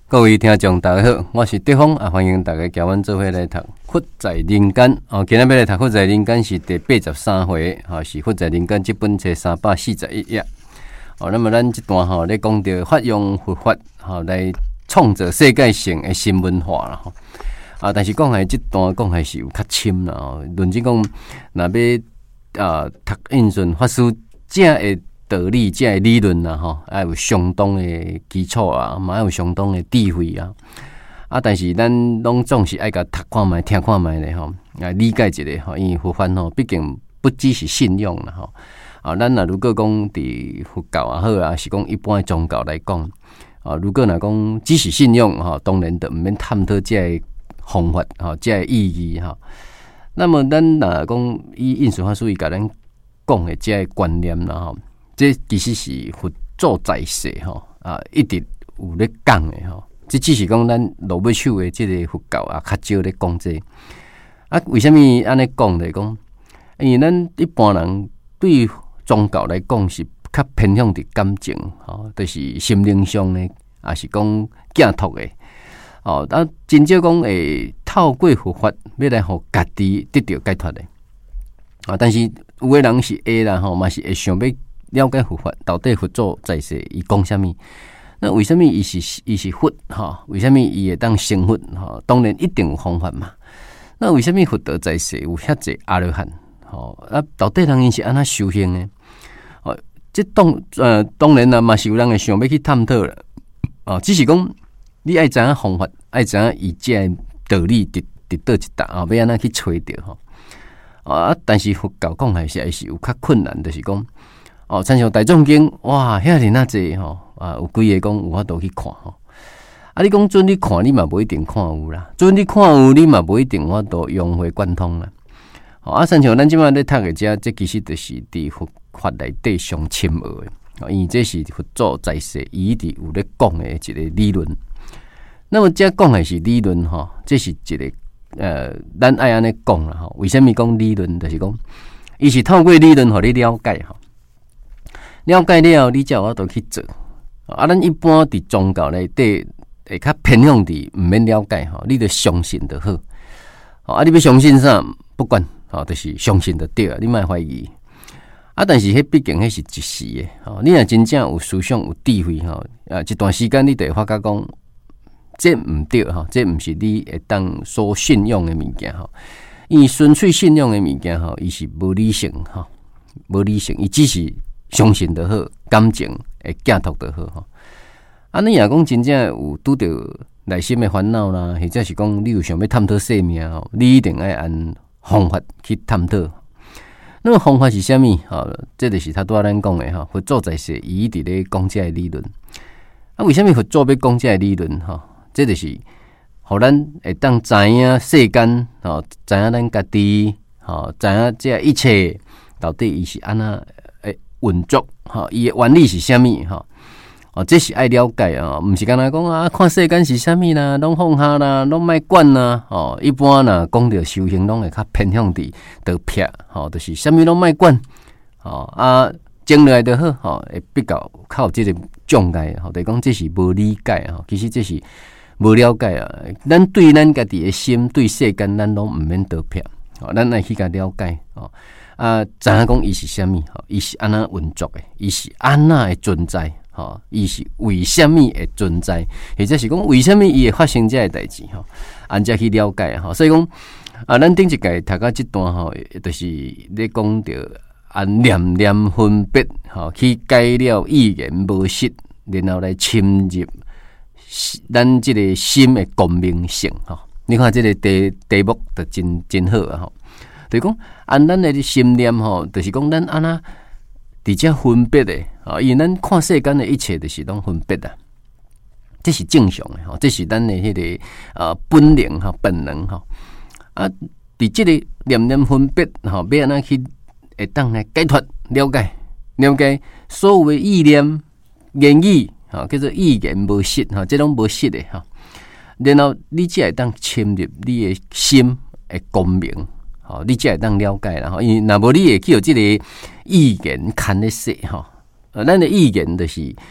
各位听众大家好，我是德峰啊，欢迎大家交阮做伙来读《佛在人间》哦。今日要来读《佛在人间》是第83回，是《佛在人间》这本册341页哦。那么咱这段咧讲到发扬佛法来创造世界性的新文化啦啊，但是讲系这段讲系是有较深啦哦。论即讲，若要读印顺法师正的道理，这个理论啊，要有相当的基础啊，嘛要有相当的智慧啊。但是咱拢总是爱甲读看卖、听看卖咧来理解一下因为佛法毕竟不只是信仰啦咱如果讲伫佛教也好啊，是讲一般的宗教来讲如果若讲只是信仰当然就毋免探讨这个方法这个意义那么咱若讲以印顺法师伊甲咱讲的这个观念啦这其实是佛祖在世一直有咧讲的这只是讲咱落尾手的这个佛教较少咧讲这为什么安尼讲咧？讲因为咱一般人对宗教来讲是较偏向伫感情就是心灵上呢，也是讲寄托的真正讲会透过佛法要来互家己得到解脱的但是有的人是会啦嘛是会想要了解佛法，到底佛祖在世伊讲啥物？那为什么伊是佛为什么伊会当成佛当然一定有方法嘛。那为什么佛陀在世有遐济阿罗汉到底人因是安怎修行呢？这当然啦，嘛是有人会想要去探讨啦只是讲你爱知影方法，爱知影伊这道理伫倒一搭要安怎去找着但是佛教讲还是有较困难，就是讲参像大众经，哇，遐尔那济有几个讲有法度去看你讲准你看，你嘛不一定看有啦；准你看有，你嘛不一定有法度融会贯通啦。参像咱即摆咧读的这其实就是伫佛法内底上深奥的因为这是佛祖在世伊一直有咧讲的一个理论。那么这讲的是理论这是一个咱爱安尼讲啦为什么讲理论？就是讲伊是透过理论互你了解了解了，你才有法度去做咱一般伫宗教内底会较偏向伫毋免了解你著相信就好你要相信啥不管就是相信就对了，你莫怀疑但是迄毕竟迄是一时的你若真正有思想有智慧一段时间你就会发觉讲这毋对这毋是你会当所信仰的物件因为纯粹信仰的物件伊是无理性无理性，伊只是相信就好，感情会寄托就好你若讲真正有拄着内心的烦恼啦，或者是讲你有想要探讨生命你一定要按方法去探讨。那么方法是啥物这就是他拄仔咱讲的佛祖在世伊一直咧讲这个理论为什么佛祖要讲这个理论这就是互咱会当知影世间知影咱家己知影这一切到底伊是安怎运作伊的原理是啥物这是爱了解毋是干那讲看世间是啥物啦，拢放下啦，拢莫管啦一般啦讲到修行，拢会较偏向伫道撇就是啥物拢莫管静落来就好会比较靠这个障碍就是讲这是无理解其实这是无了解咱对咱家己的心，对世间咱拢毋免道撇咱爱去甲了解知影讲伊是啥物伊是安怎运作的，伊是安怎会存在伊是为什么会存在，或者是讲为什么伊会发生这个代志按照去了解所以讲咱顶一届读到这段就是咧讲到念念分别去解了意言无实，然后来侵入咱这个心的光明性你看这个题目就真好就是讲咱的心念就是讲咱安那伫遮分别的因为咱看世间的一切就是拢分别这是正常的这是咱的迄个本能本能伫这个念念分别要安怎去会当来解脱了解所有的意念言语叫做意言无实这拢无实的然后你才会当侵入你的心的光明你才会当了解啦因为若无你会去有这个意言牵咧说咱的意言就是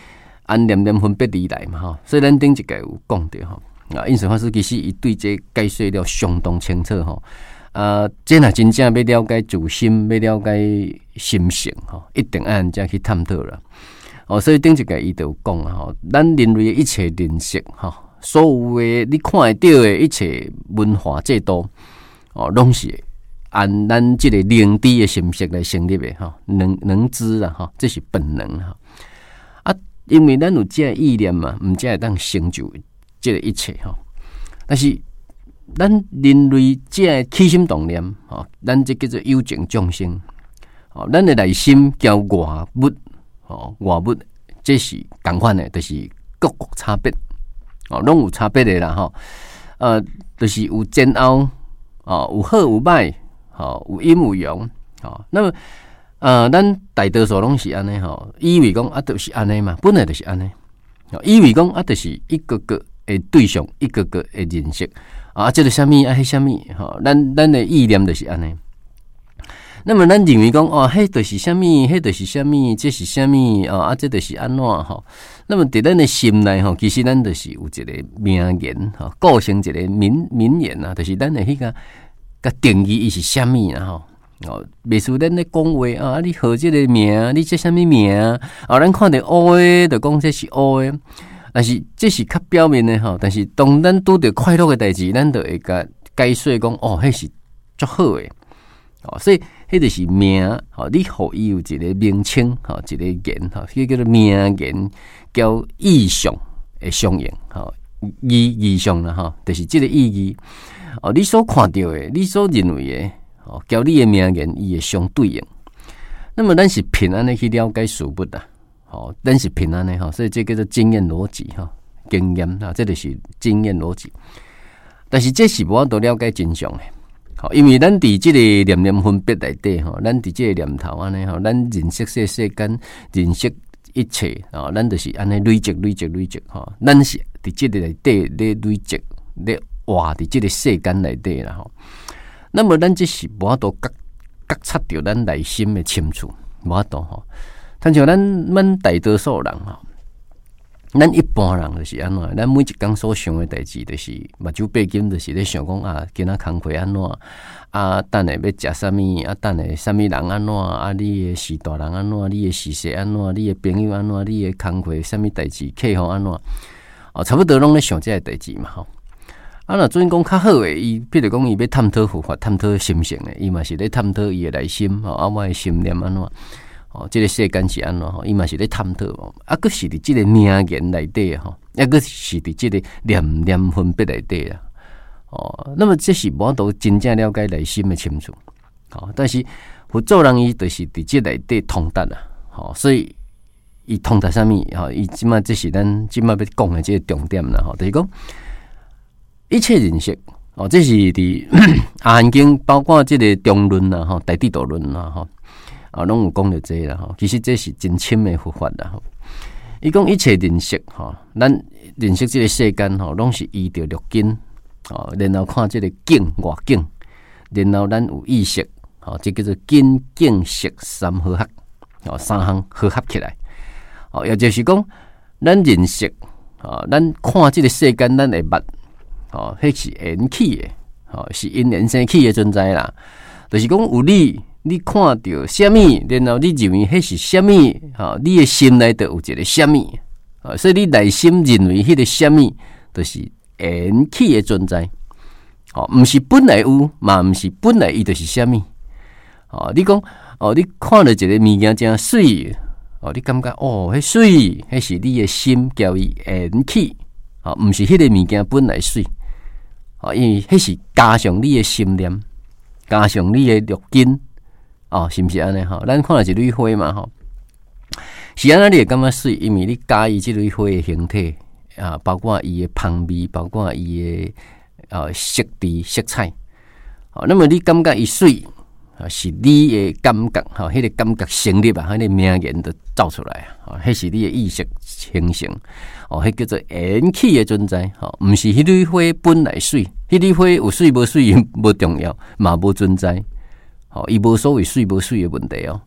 按黏黏分别而来嘛吼，所以咱顶一届有讲到吼，印顺法师其实伊对这解说了相当清楚吼。这若真正要了解自心，要了解心性吼，一定按这去探讨啦。所以顶一届伊就有讲吼，咱人类的一切认识吼，所有的你看得到的一切文化制度拢是按咱这个灵知的心识来成立的吼，能知啦吼，这是本能哈。因为咱有这意念嘛，毋才会当成就这个一切吼。但是咱人类这起心动念吼，咱这叫做有情众生吼，咱的内心交外物吼，外物这是同款的，就是各差别拢有差别的啦吼。就是有煎熬有好有歹有阴有阳那么咱大多数拢是安尼吼，以为讲就是安尼嘛，本来就是安尼。以为讲就是一个个的对象，一个个的认识这个什么迄什么咱的意念就是安尼。那么咱认为讲迄就是什么，迄就是什么，这是什么这就是安怎吼。那么伫咱的心内吼，其实咱就是有一个名言构成一个名言就是咱的迄个定义伊是什么啦吼。袂输咱咧讲话你号这个名，你这什么名咱看到乌的，就讲这是乌的。但是这是较表面的吼，但是当咱拄着快乐的代志，咱就会甲解说讲迄是足好的所以迄就是名你互伊有一个名称一个言迄叫做名言，交意象的相应意象啦就是这个意义你所看到的，你所认为的交你的名言，伊会相对应。那么咱是平安的去了解事物啦，咱是平安的所以这叫做经验逻辑经验这就是经验逻辑。但是这是无法度了解真相的，因为咱伫这个念念分别内底咱伫这个念头安尼咱认识世间，认识一切咱就是安尼累积咱是伫这个内底咧累积咧活伫这个世间内底啦那么咱这是无法度觉察到咱内心的深处，无法度但像咱大多数人咱一般人就是安怎，咱每一天所想的代志，就是目睭背筋，就是咧想讲今仔工课安怎等下要食啥物等下啥物人安怎你的是大人安怎，你的是谁安怎，你的朋友安怎，你的工课啥物代志，客户安怎差不多拢咧想这个代志嘛若准讲较好诶，伊比如讲伊要探讨佛法，探讨心性诶，伊嘛是咧探讨伊诶内心我诶心念安怎这个世间是安怎伊嘛是咧探讨佫是伫即个名言内底佫是伫即个念念分别内底啦那么这是无法度真正了解内心诶深处但是佛祖人伊就是伫即内底通达啦所以伊通达啥物伊即马这是咱即马要讲诶即个重点啦就是讲一切认识这是伫阿含经，包括即个中论啦大地道论啦拢有讲到这个啦其实这是真深的佛法啦伊讲一切认识咱认识这个世间拢是依着六根然后看这个境外境，然后咱有意识这叫做根境识三合合三项合合起来也就是讲咱认识咱看这个世间，咱的目迄是缘起的是因缘生起的存在啦，就是讲有你看到什么，然后你认为迄是什么你的心内就有一个什么所以你内心认为迄个什么就是缘起的存在毋是本来有，嘛毋是本来伊就是什么你讲你看到一个物件真水你感觉迄水迄是你的心交伊缘起毋是迄个物件本来水因为迄是加上你的心念，加上你的六根是毋是安尼咱看到一蕊花嘛是安尼你会感觉水，因为你加伊即蕊花的形体包括伊的香味，包括伊的色地色彩那么你感觉伊水是你的感觉迄个感觉成立迄个名言就走出来迄是你的意识形成迄叫做缘起的存在毋是迄蕊花本来水，迄蕊花有水无水无重要，嘛无存在伊无所谓水无水的问题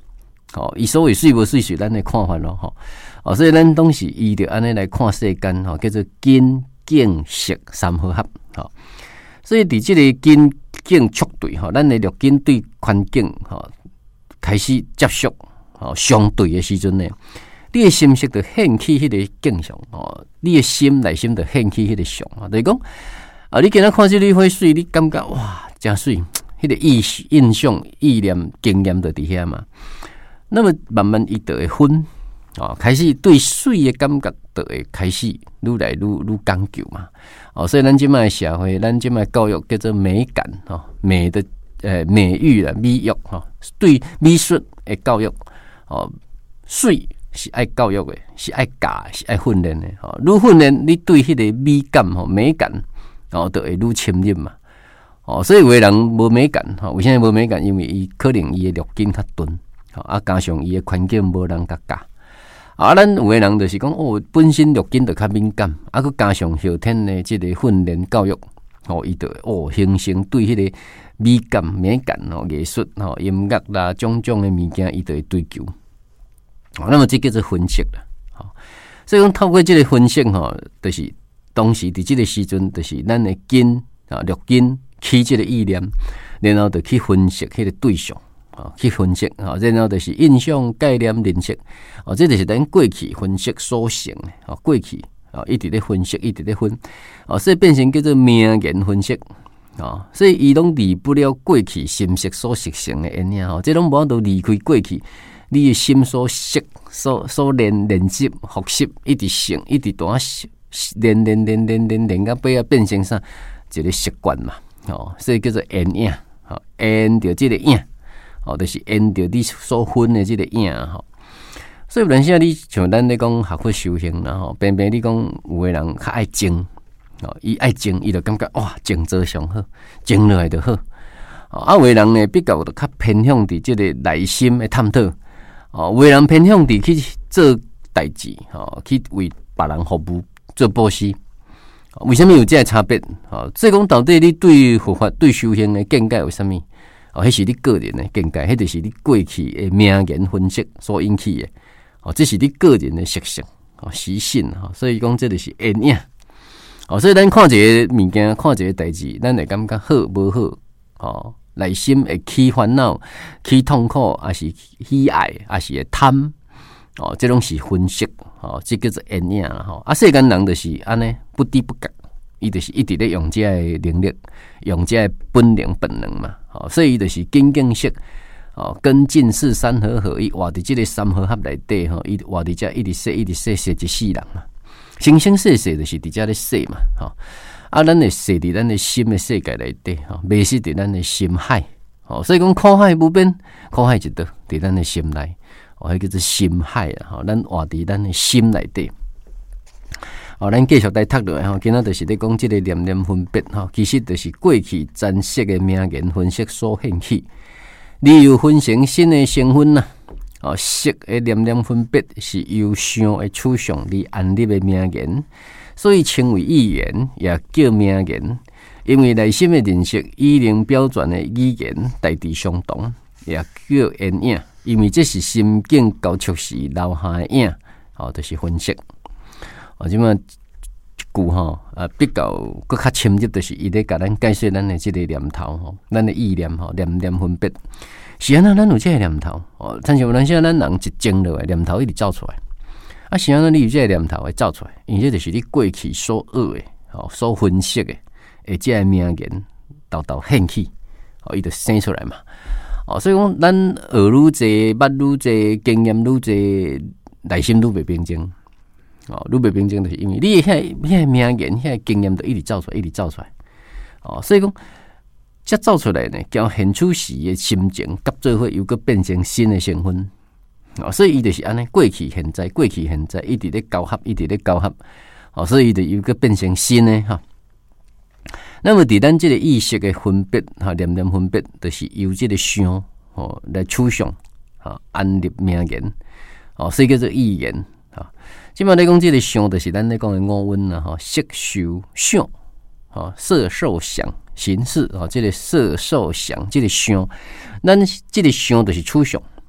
伊所谓水无水是咱的看法咯，所以咱拢是依着安尼来看世间，叫做根境色三合合，所以伫这个根境触对，咱的六根对环境开始接触相对的时阵呢，你的心识就现起迄个景象，你的心内心就现起迄个相，就是讲你今仔看这朵花水，你感觉哇真水，迄个印象、意念、经验就伫遐嘛。那么慢慢伊就会分开始对水的感觉就会开始愈来愈讲究嘛。所以咱即摆的社会，咱即摆教育叫做美感美的美育啦、美育对美术的教育水是爱教育的，是爱教的，是爱训练的愈训练，你对迄个美感美感就会愈深入嘛。所以有的人无美感为啥无美感？因为伊可能伊的六根较钝。加上伊的环境无人甲教，咱有的人就是讲本身六根就较敏感，佮加上后天的即个训练教育，伊就形成对迄个美感艺术音乐啦种种的物件，伊就会追求。那么这叫做分析啦。所以讲透过这个分析就是当时伫这个时阵，就是咱的根六根起这个意念，然后就去分析迄个对象。去分析然后就是印象、概念、认识这就是咱过去分析所成的过去一直咧分析，一直咧分所以变成叫做名言分析所以伊拢离不了过去心识所形成的因影这拢无法度离开过去你的心所识所练习、学习，一直成，一直大练到尾变成啥一个习惯嘛所以叫做因影因着这个影。就是因着你所分的这个影所以有阵时你像咱咧讲学佛修行啦偏偏你讲有的人较爱静伊爱静，伊就感觉哇静做上好，静落来就好有的人呢比较就较偏向伫这个内心的探讨有的人偏向伫去做代志去为别人服务做布施为什么有这个差别所以讲到底你对佛法对修行的见解有啥物迄是你个人的见解，迄就是你过去的名言分析所引起的这是你个人的习性习性所以讲这就是因影所以咱看一个物件，看一个代志，咱会感觉好无好内心会起烦恼、起痛苦，还是喜爱，还是会贪这种是分析这叫做因影世间人就是安尼不知不觉。伊就是一直咧用这个能力，用这个本能嘛，所以伊就是根境识，跟近似三合合，伊活伫这个三合合内底伊活伫这一直说一世人嘛，生生世世就是伫这咧说嘛，咱会说伫咱的心的世界内底，未是伫咱的心海，所以讲苦海不变，苦海一道伫咱的心内，迄叫做心海啊，咱活伫咱的心内底。咱继续来读落来今仔就是咧讲这个念念分别其实就是过去真实的名言分析所现起，理由分成新的成分色的念念分别是由相的取向而安立的名言，所以称为语言，也叫名言。因为内心的认识与能标准的语言大致相同，也叫因影。因为这是心境交触时留下的影就是分析。即么一句比较更较深入，就是伊咧甲咱解释咱的这个念头咱的意念念念分别是安怎，咱有这个念头但是有阵时咱人一静落来，念头一直走出来是安怎你有这个念头会走出来，因为这就是你过去所学的所分析的这个名言豆现起伊就生出来嘛所以讲咱学愈济，捌愈济，经验愈济，内心愈袂平静愈袂平静，就是因为你遐名言、遐经验都一直走出来，一直走出来所以讲这走出来呢，交现处时的心情，甲做伙又个变成新的成分所以伊就是安尼，过去现在一直咧交合，一直咧交合所以伊就又个变成新的那么伫咱这个意识的分别念念分别，就是由这个相来取向安立名言所以叫做语言即摆咧讲这个相，就是咱咧讲的五蕴啦色受想色受想行识这个色受想这个相，咱这个相就是取向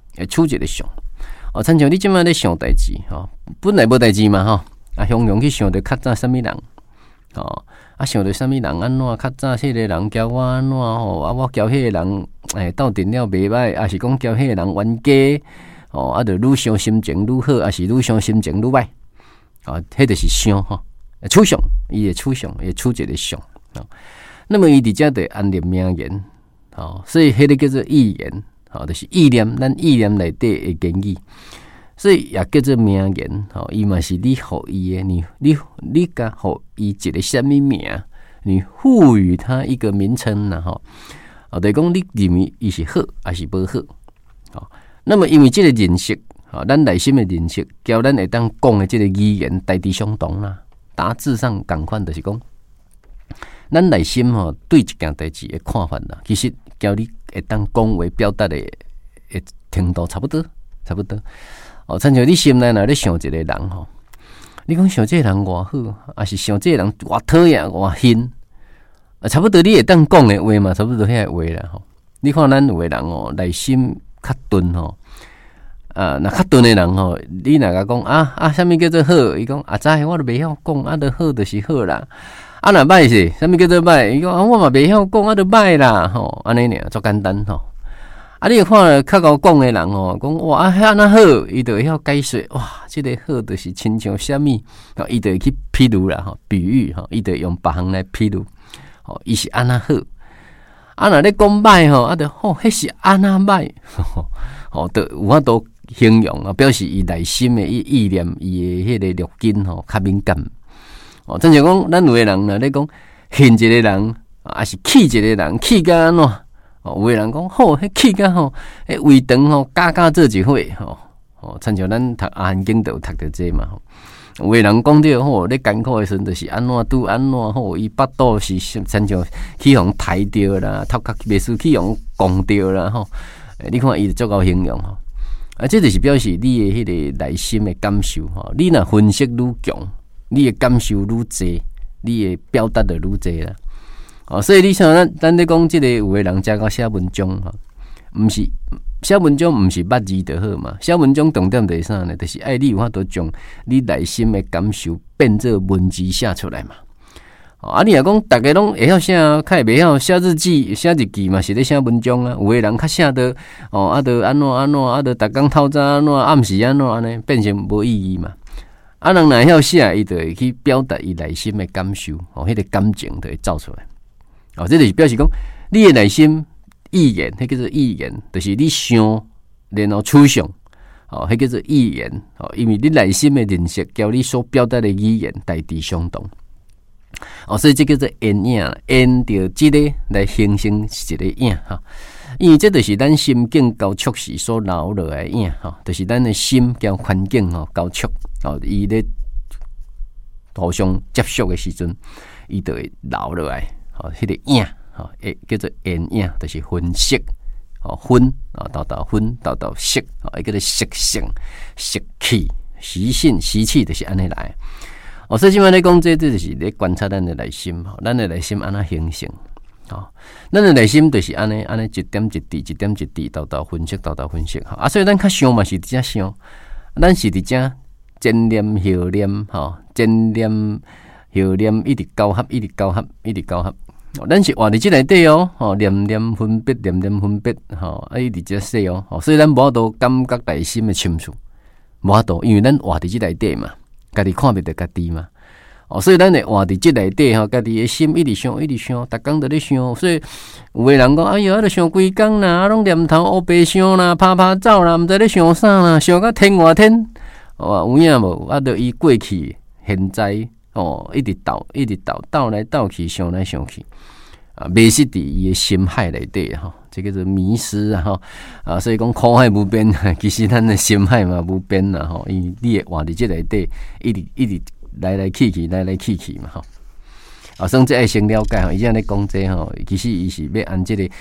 会处一个相。哦，亲像你即摆咧想代志吼，本来无代志嘛吼，啊，常常去想着较早什么人，吼，啊，想着什么人安怎，较早迄个人交我安怎吼，啊，我交迄个人斗阵了袂歹，啊是讲交迄个人冤家，哦，啊，着愈想心情愈好，啊是愈想心情愈歹，啊，迄就是想吼，处相，伊会处相，会处一个相，哦，那么伊伫遮得安立名言，哦，所以迄个叫做意言。好，就是意念，咱意念内底的言语，所以也叫做名言。好，伊嘛是你互伊的，你甲互伊一个什么名，你赋予他一个名称啦，吼。哦，就是讲你认为伊是好还是不好？好，那么因为这个认识，好，咱内心的认识，交咱会当讲的这个语言大致相同啦，大致上共款，就是讲，咱内心吼对一件代志的看法啦，其实交你会当讲话表达的程度差不多。哦，亲像你心内若咧想一个人吼，你讲想这个人偌好，还是想这个人偌讨厌偌恨，啊，差不多你会当讲的话嘛，差不多遐个话啦吼。你看咱有个人哦，内心较钝吼，啊，那较钝的人吼，你若甲讲啊，啥物叫做好？伊讲啊，知我都袂晓讲，啊，都好就是好啦。啊，若歹是，啥物叫做歹？伊讲啊，我嘛袂晓讲，啊，都歹啦，吼，安尼尔，足简单吼。啊，你看较高讲的人吼，讲哇，啊，安那好，伊就会晓解释，哇，这个好就是亲像啥物，吼，伊就会去譬如啦，吼，比喻吼，伊就用别项来譬如，吼，伊是安那好。啊，若咧讲歹吼，啊，就吼，迄是安那歹，吼，就有法度形容啊，表示伊内心的意念，伊的迄个滤筋吼，较敏感。哦，真像讲，咱有个人若咧讲恨一个人，还是气一个人，气甲安怎？哦，有个人讲好，迄气甲吼，迄胃肠吼，加做一伙吼。哦，亲像咱读阿含经都有读到这嘛吼。有个人讲着吼，咧艰苦的时阵，就是安怎拄安怎吼，伊腹肚是亲像去互抬着啦，头壳袂输去互拱着啦吼。你看伊足够形容吼，啊，这就是表示你的迄个内心的感受吼。你若分析愈强。你的感受愈济，你的表达就愈济啦。哦，所以你像咱咧讲即个有个人食到写文章吼，毋是写文章，毋是捌字就好嘛。写文章重点就是啥呢？就是爱你有法度将你内心的感受变做文字写出来嘛。哦，啊，你若讲大家拢会晓写，较会袂晓写日记、写日记嘛，是咧写文章啊。有个人较写得哦，啊，得安怎，啊，得逐工透早安怎，暗时安怎安尼，变成无意义嘛。啊，人若晓写，伊就会去表达伊内心的感受，哦，迄个感情就会走出来。哦，这就是表示讲，你的内心意言，迄叫做意言，就是你想，然后处想，哦，迄叫做意言，哦，因为你内心的认识，交你所表达的语言大致相同。哦，所以这叫做言影，沿着这个来形成一个影哈。因为这就是咱心境交促时所留落来影吼，就是咱的心交环境吼交促哦，伊咧互相接触的时阵，伊就会留落来吼，迄个影吼，诶叫做缘影，就是分析哦，分啊，到分到色哦，伊叫做色性、色气、习性、习气，就是安尼来。哦，所以即摆咧讲，这就是咧观察咱的内心吼，咱的内心安那形成。哦，咱的内心就是安尼一点一滴，一点一滴，到分析，到分析哈。啊，所以咱较想嘛是伫遮想，咱是伫遮前念后念吼，前念后念一直交合，一直交合，一直交合。咱是活伫即内底哦，吼，念念分别，念念分别，吼，啊，伊伫遮说哦，所以咱无法度感觉内心的深处，无法度，因为咱活伫即内底嘛，家己看袂着家己嘛。哦，所以咱会活伫即内底吼，家己的心一直想，逐工都咧想，所以有个人讲，哎哟，啊，著想规工啦，拢念头乌白想啦，拍走啦，毋知咧想啥啦，想到天外天，哦，有影无？啊，著伊过去、现在，哦，一直斗来斗去，想来想去，啊，迷失伫伊的心海内底吼，这个叫做迷失啊吼，啊，所以讲苦海无边，其实咱的心海嘛无边啦吼，因为你会活伫即内底，一直。来去去嘛吼，啊，所以这爱先了解吼，伊安尼讲这吼，其实伊是要按这个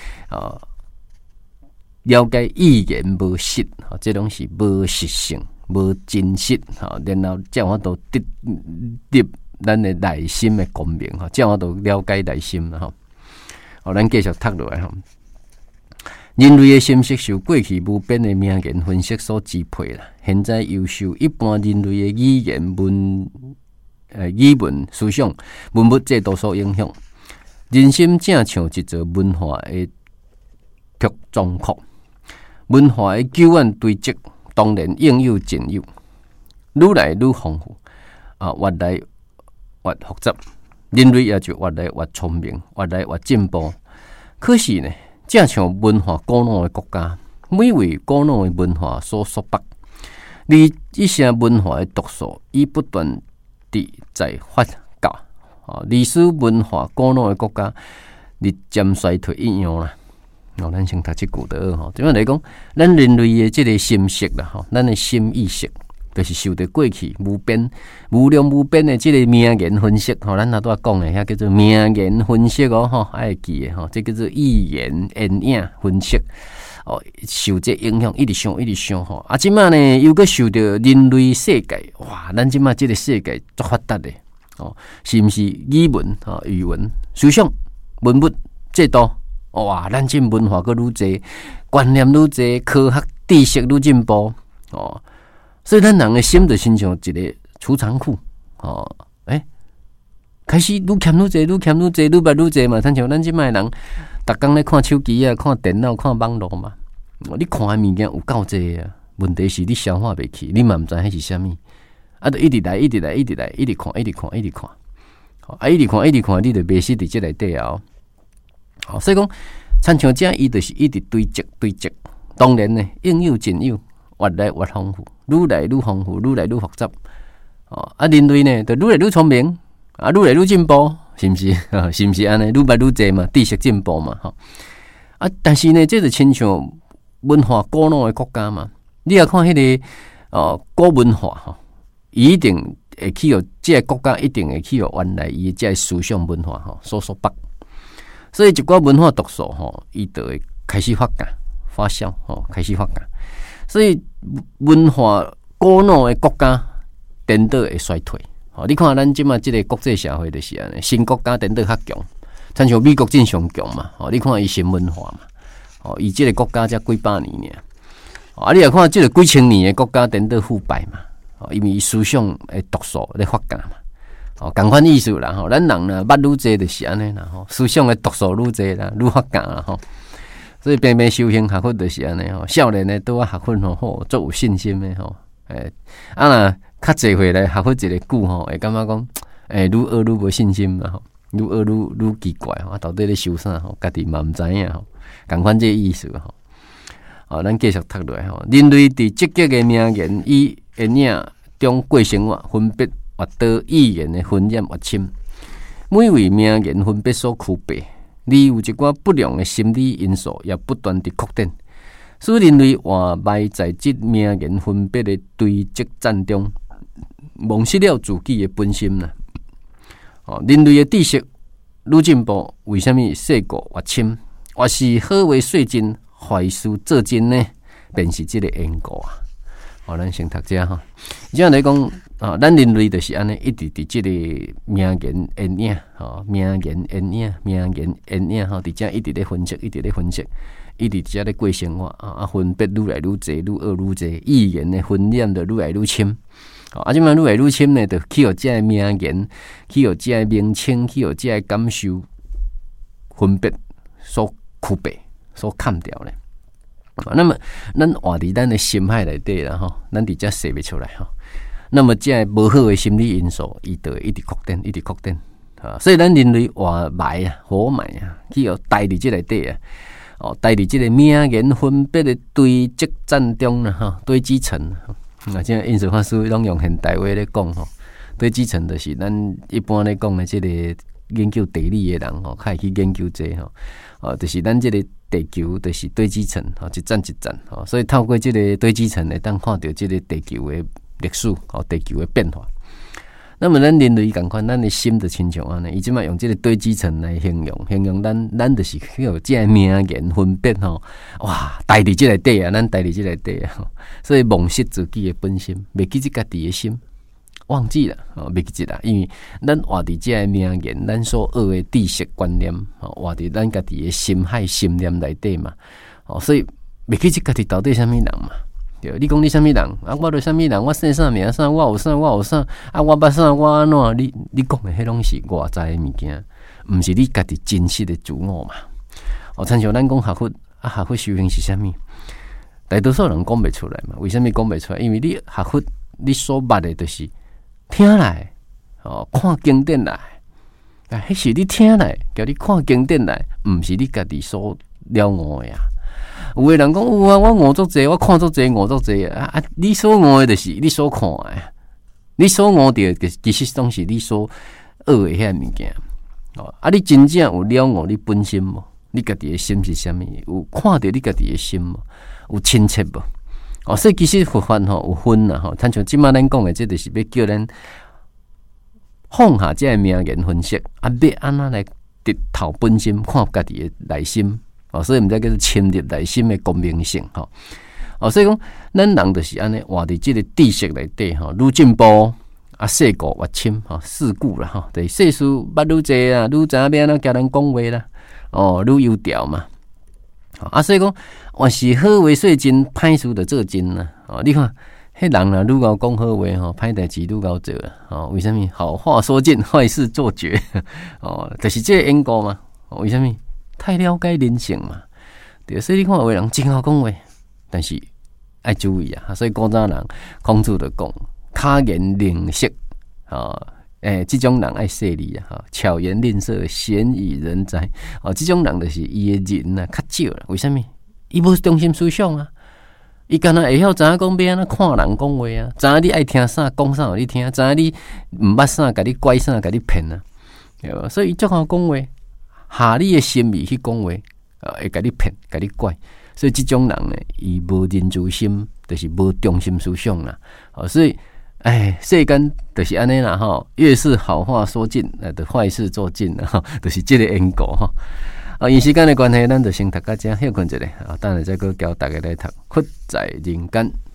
了解语言无实，吼，这种是无实性、无真实，吼，然后才有法度得咱的内心的光明，吼，才有法度了解内心吼。好，咱继续读落来吼。 人类的心识受过去无变的名言分析所支配啦，现在又受一般人类的语言语文思想、文物制度所影响。人心正像一座文化的曲中库，文化的久远堆积，当然应有尽有，愈来愈丰富越来越复杂。人类也就越来越聪明，越来越进步。可是呢，正像文化古老的国家，每位古老的文化所束缚，而一些文化的毒素已不断地在发酵。历史文化古老的国家日渐衰退一样啦。咱先读这句的这样来讲，咱人类的这个心识啦，咱的心意识，就是受到过去无边、无量无边的这个名言分析。咱那都讲的，遐叫做名言分析爱记的这叫做语言言影分析。受这影响，一直想。即摆呢，又搁受到人类世界，哇！咱即摆这个世界足发达的是毋是语文语文、思想、文物制度？哇！咱这文化搁愈济，观念愈济，科学知识愈进步所以咱人的心就亲像一个储藏库开始愈欠愈济，愈捌愈济嘛。像咱即摆人，逐工咧看手机看电脑、看网络嘛。你看的物件有够济啊，问题是你消化袂起，你嘛毋知迄是啥物就一直来，一直看，一直看，一直看，你就迷失伫即内底所以讲，参像这伊就是一直堆积。当然呢，应有尽有，越来越丰富，愈来愈丰富，愈来愈复杂。人类呢，就愈来愈聪明，愈来愈进步，是毋是？是毋是安尼？愈捌愈济嘛，知识进步嘛，但是呢，这就亲像文化古老的国家嘛。你也看迄个古文化伊一定会去这个国家一定会去原来伊这个思想文化所绑。所以一寡文化毒素伊就会开始发酵开始发酵。所以文化古老的国家颠倒会衰退。你看咱即马即个国际社会就是安尼，新国家颠倒较强，参像美国真上强嘛。你看伊新文化嘛，伊即个国家才几百年尔。你也看即个几千年的国家颠倒腐败嘛，因为伊思想的毒素咧发酵嘛。同款意思啦，咱人啦，捌愈济就是安尼啦，思想的毒素愈济啦，愈发酵啦，所以偏偏修行学佛就是安尼少年的拄啊学佛足有信心的若较济回来学佛一个久会感觉讲愈学愈无信心啦，愈学愈奇怪到底咧修啥家己嘛毋知影同款这意思咱继续读落来人类伫积极的名言与言影中过生活，分别或得语言的熏染越深，每位名言分别所区别，你有一寡不良的心理因素也不断地扩展，使人类活埋在这名言分别的堆积战中，忘失了自己的本心啦。人类的知识愈进步，为什么世故越深？或是好话说尽，坏事做尽呢？便是这个因果咱先读这这样来讲咱人类就是安尼，一直伫这个名言言影名言言影伫这一直咧分析，一直伫这咧过生活分别愈来愈济，愈学愈济，语言的熏染就愈来愈深即摆愈来愈深呢，就去互这个名言，去互这个名称，去互这个感受分别所区别、所砍掉咧。那么，咱活伫咱的心海内底啦咱伫遮说不出来那么，这无好的心理因素，伊就会一直扩展所以，咱人类活埋活埋去互待伫这内底待伫这个名言分别的堆积战中堆积层这印刷法师拢用现代话咧讲堆积层就是咱一般咧讲的这个研究地理的人较会去研究这就是咱这个地球就是堆积层一层一层所以透过这个堆积层会当看到这个地球的历史地球的变化。那么咱人类同款，咱的心就亲像安尼，伊即摆用这个堆积层来形容咱就是有这个名言分别哇，待伫这个底咱待伫这个底所以忘失自己的本心，袂记自家己的心。忘记了袂记啦，因为咱活伫这个名言，咱所学的知识观念活伫咱家己的心海心念内底嘛所以袂去即家己到底什么人嘛？对，你讲你什么人啊？我著什么人？我姓啥名啥？我有啥？我有啥？啊，我捌啥？我安怎？你讲的迄拢是外在的物件，毋是你家己真实的自我嘛？亲像咱讲学佛啊，学佛修行是啥物？大多数人讲袂出来嘛？为什么讲袂出来？因为你学佛，你所捌的就是听来，看经典来，迄是你听来，叫你看经典来，毋是你家己所了悟的呀。有的人讲有啊，我悟足济，我看足济，悟足济啊！你所悟的，就是你所看的，你所悟的，其实拢是你所学的遐物件。啊，你真正有了悟你本心无？你家己的心是啥物？有看到你家己的心无？有亲切无？所以其实佛法有分啦吼，像即摆咱讲的，这就是要叫咱放下这名言分析，啊，要安怎来直透本心，看家己的内心。所以毋知叫做深入内心的光明性所以讲，咱人就是安尼活伫即个知识内底愈进步啊，世故越深世故啦就是世事捌愈济啊，愈知影要安怎甲人讲话啦，愈优调嘛。所以讲，原是好话说真，歹事就做真啦。你看，迄人啊，愈敖讲好话歹代志愈敖做啦。为什么？好话说尽，坏事做绝。就是这个因果嘛。为什么？太了解人性嘛，对，所以你看有的人真好讲话，但是爱注意啊。所以古早人孔子就讲，巧言令色这种人爱势利啊，巧言令色，鲜矣仁哉。这种人就是伊的人啊较少啦。为什么？伊无中心思想啊，伊干那会晓知影讲要安怎看人讲话啊，知影你爱听啥讲啥互你听，知影你毋捌啥，甲你拐啥，甲你骗啊，对吧？所以伊足好讲话。下你的心意去讲话，会甲你骗，甲你怪，所以这种人呢，伊无人之心，就是无中心思想啦。所以，世间就是安尼啦吼，越是好话说尽，就坏事做尽啦，就是这个因果哈。因时间的关系，咱就先读到这，休困一下，等下再教大家来读《佛在人间》。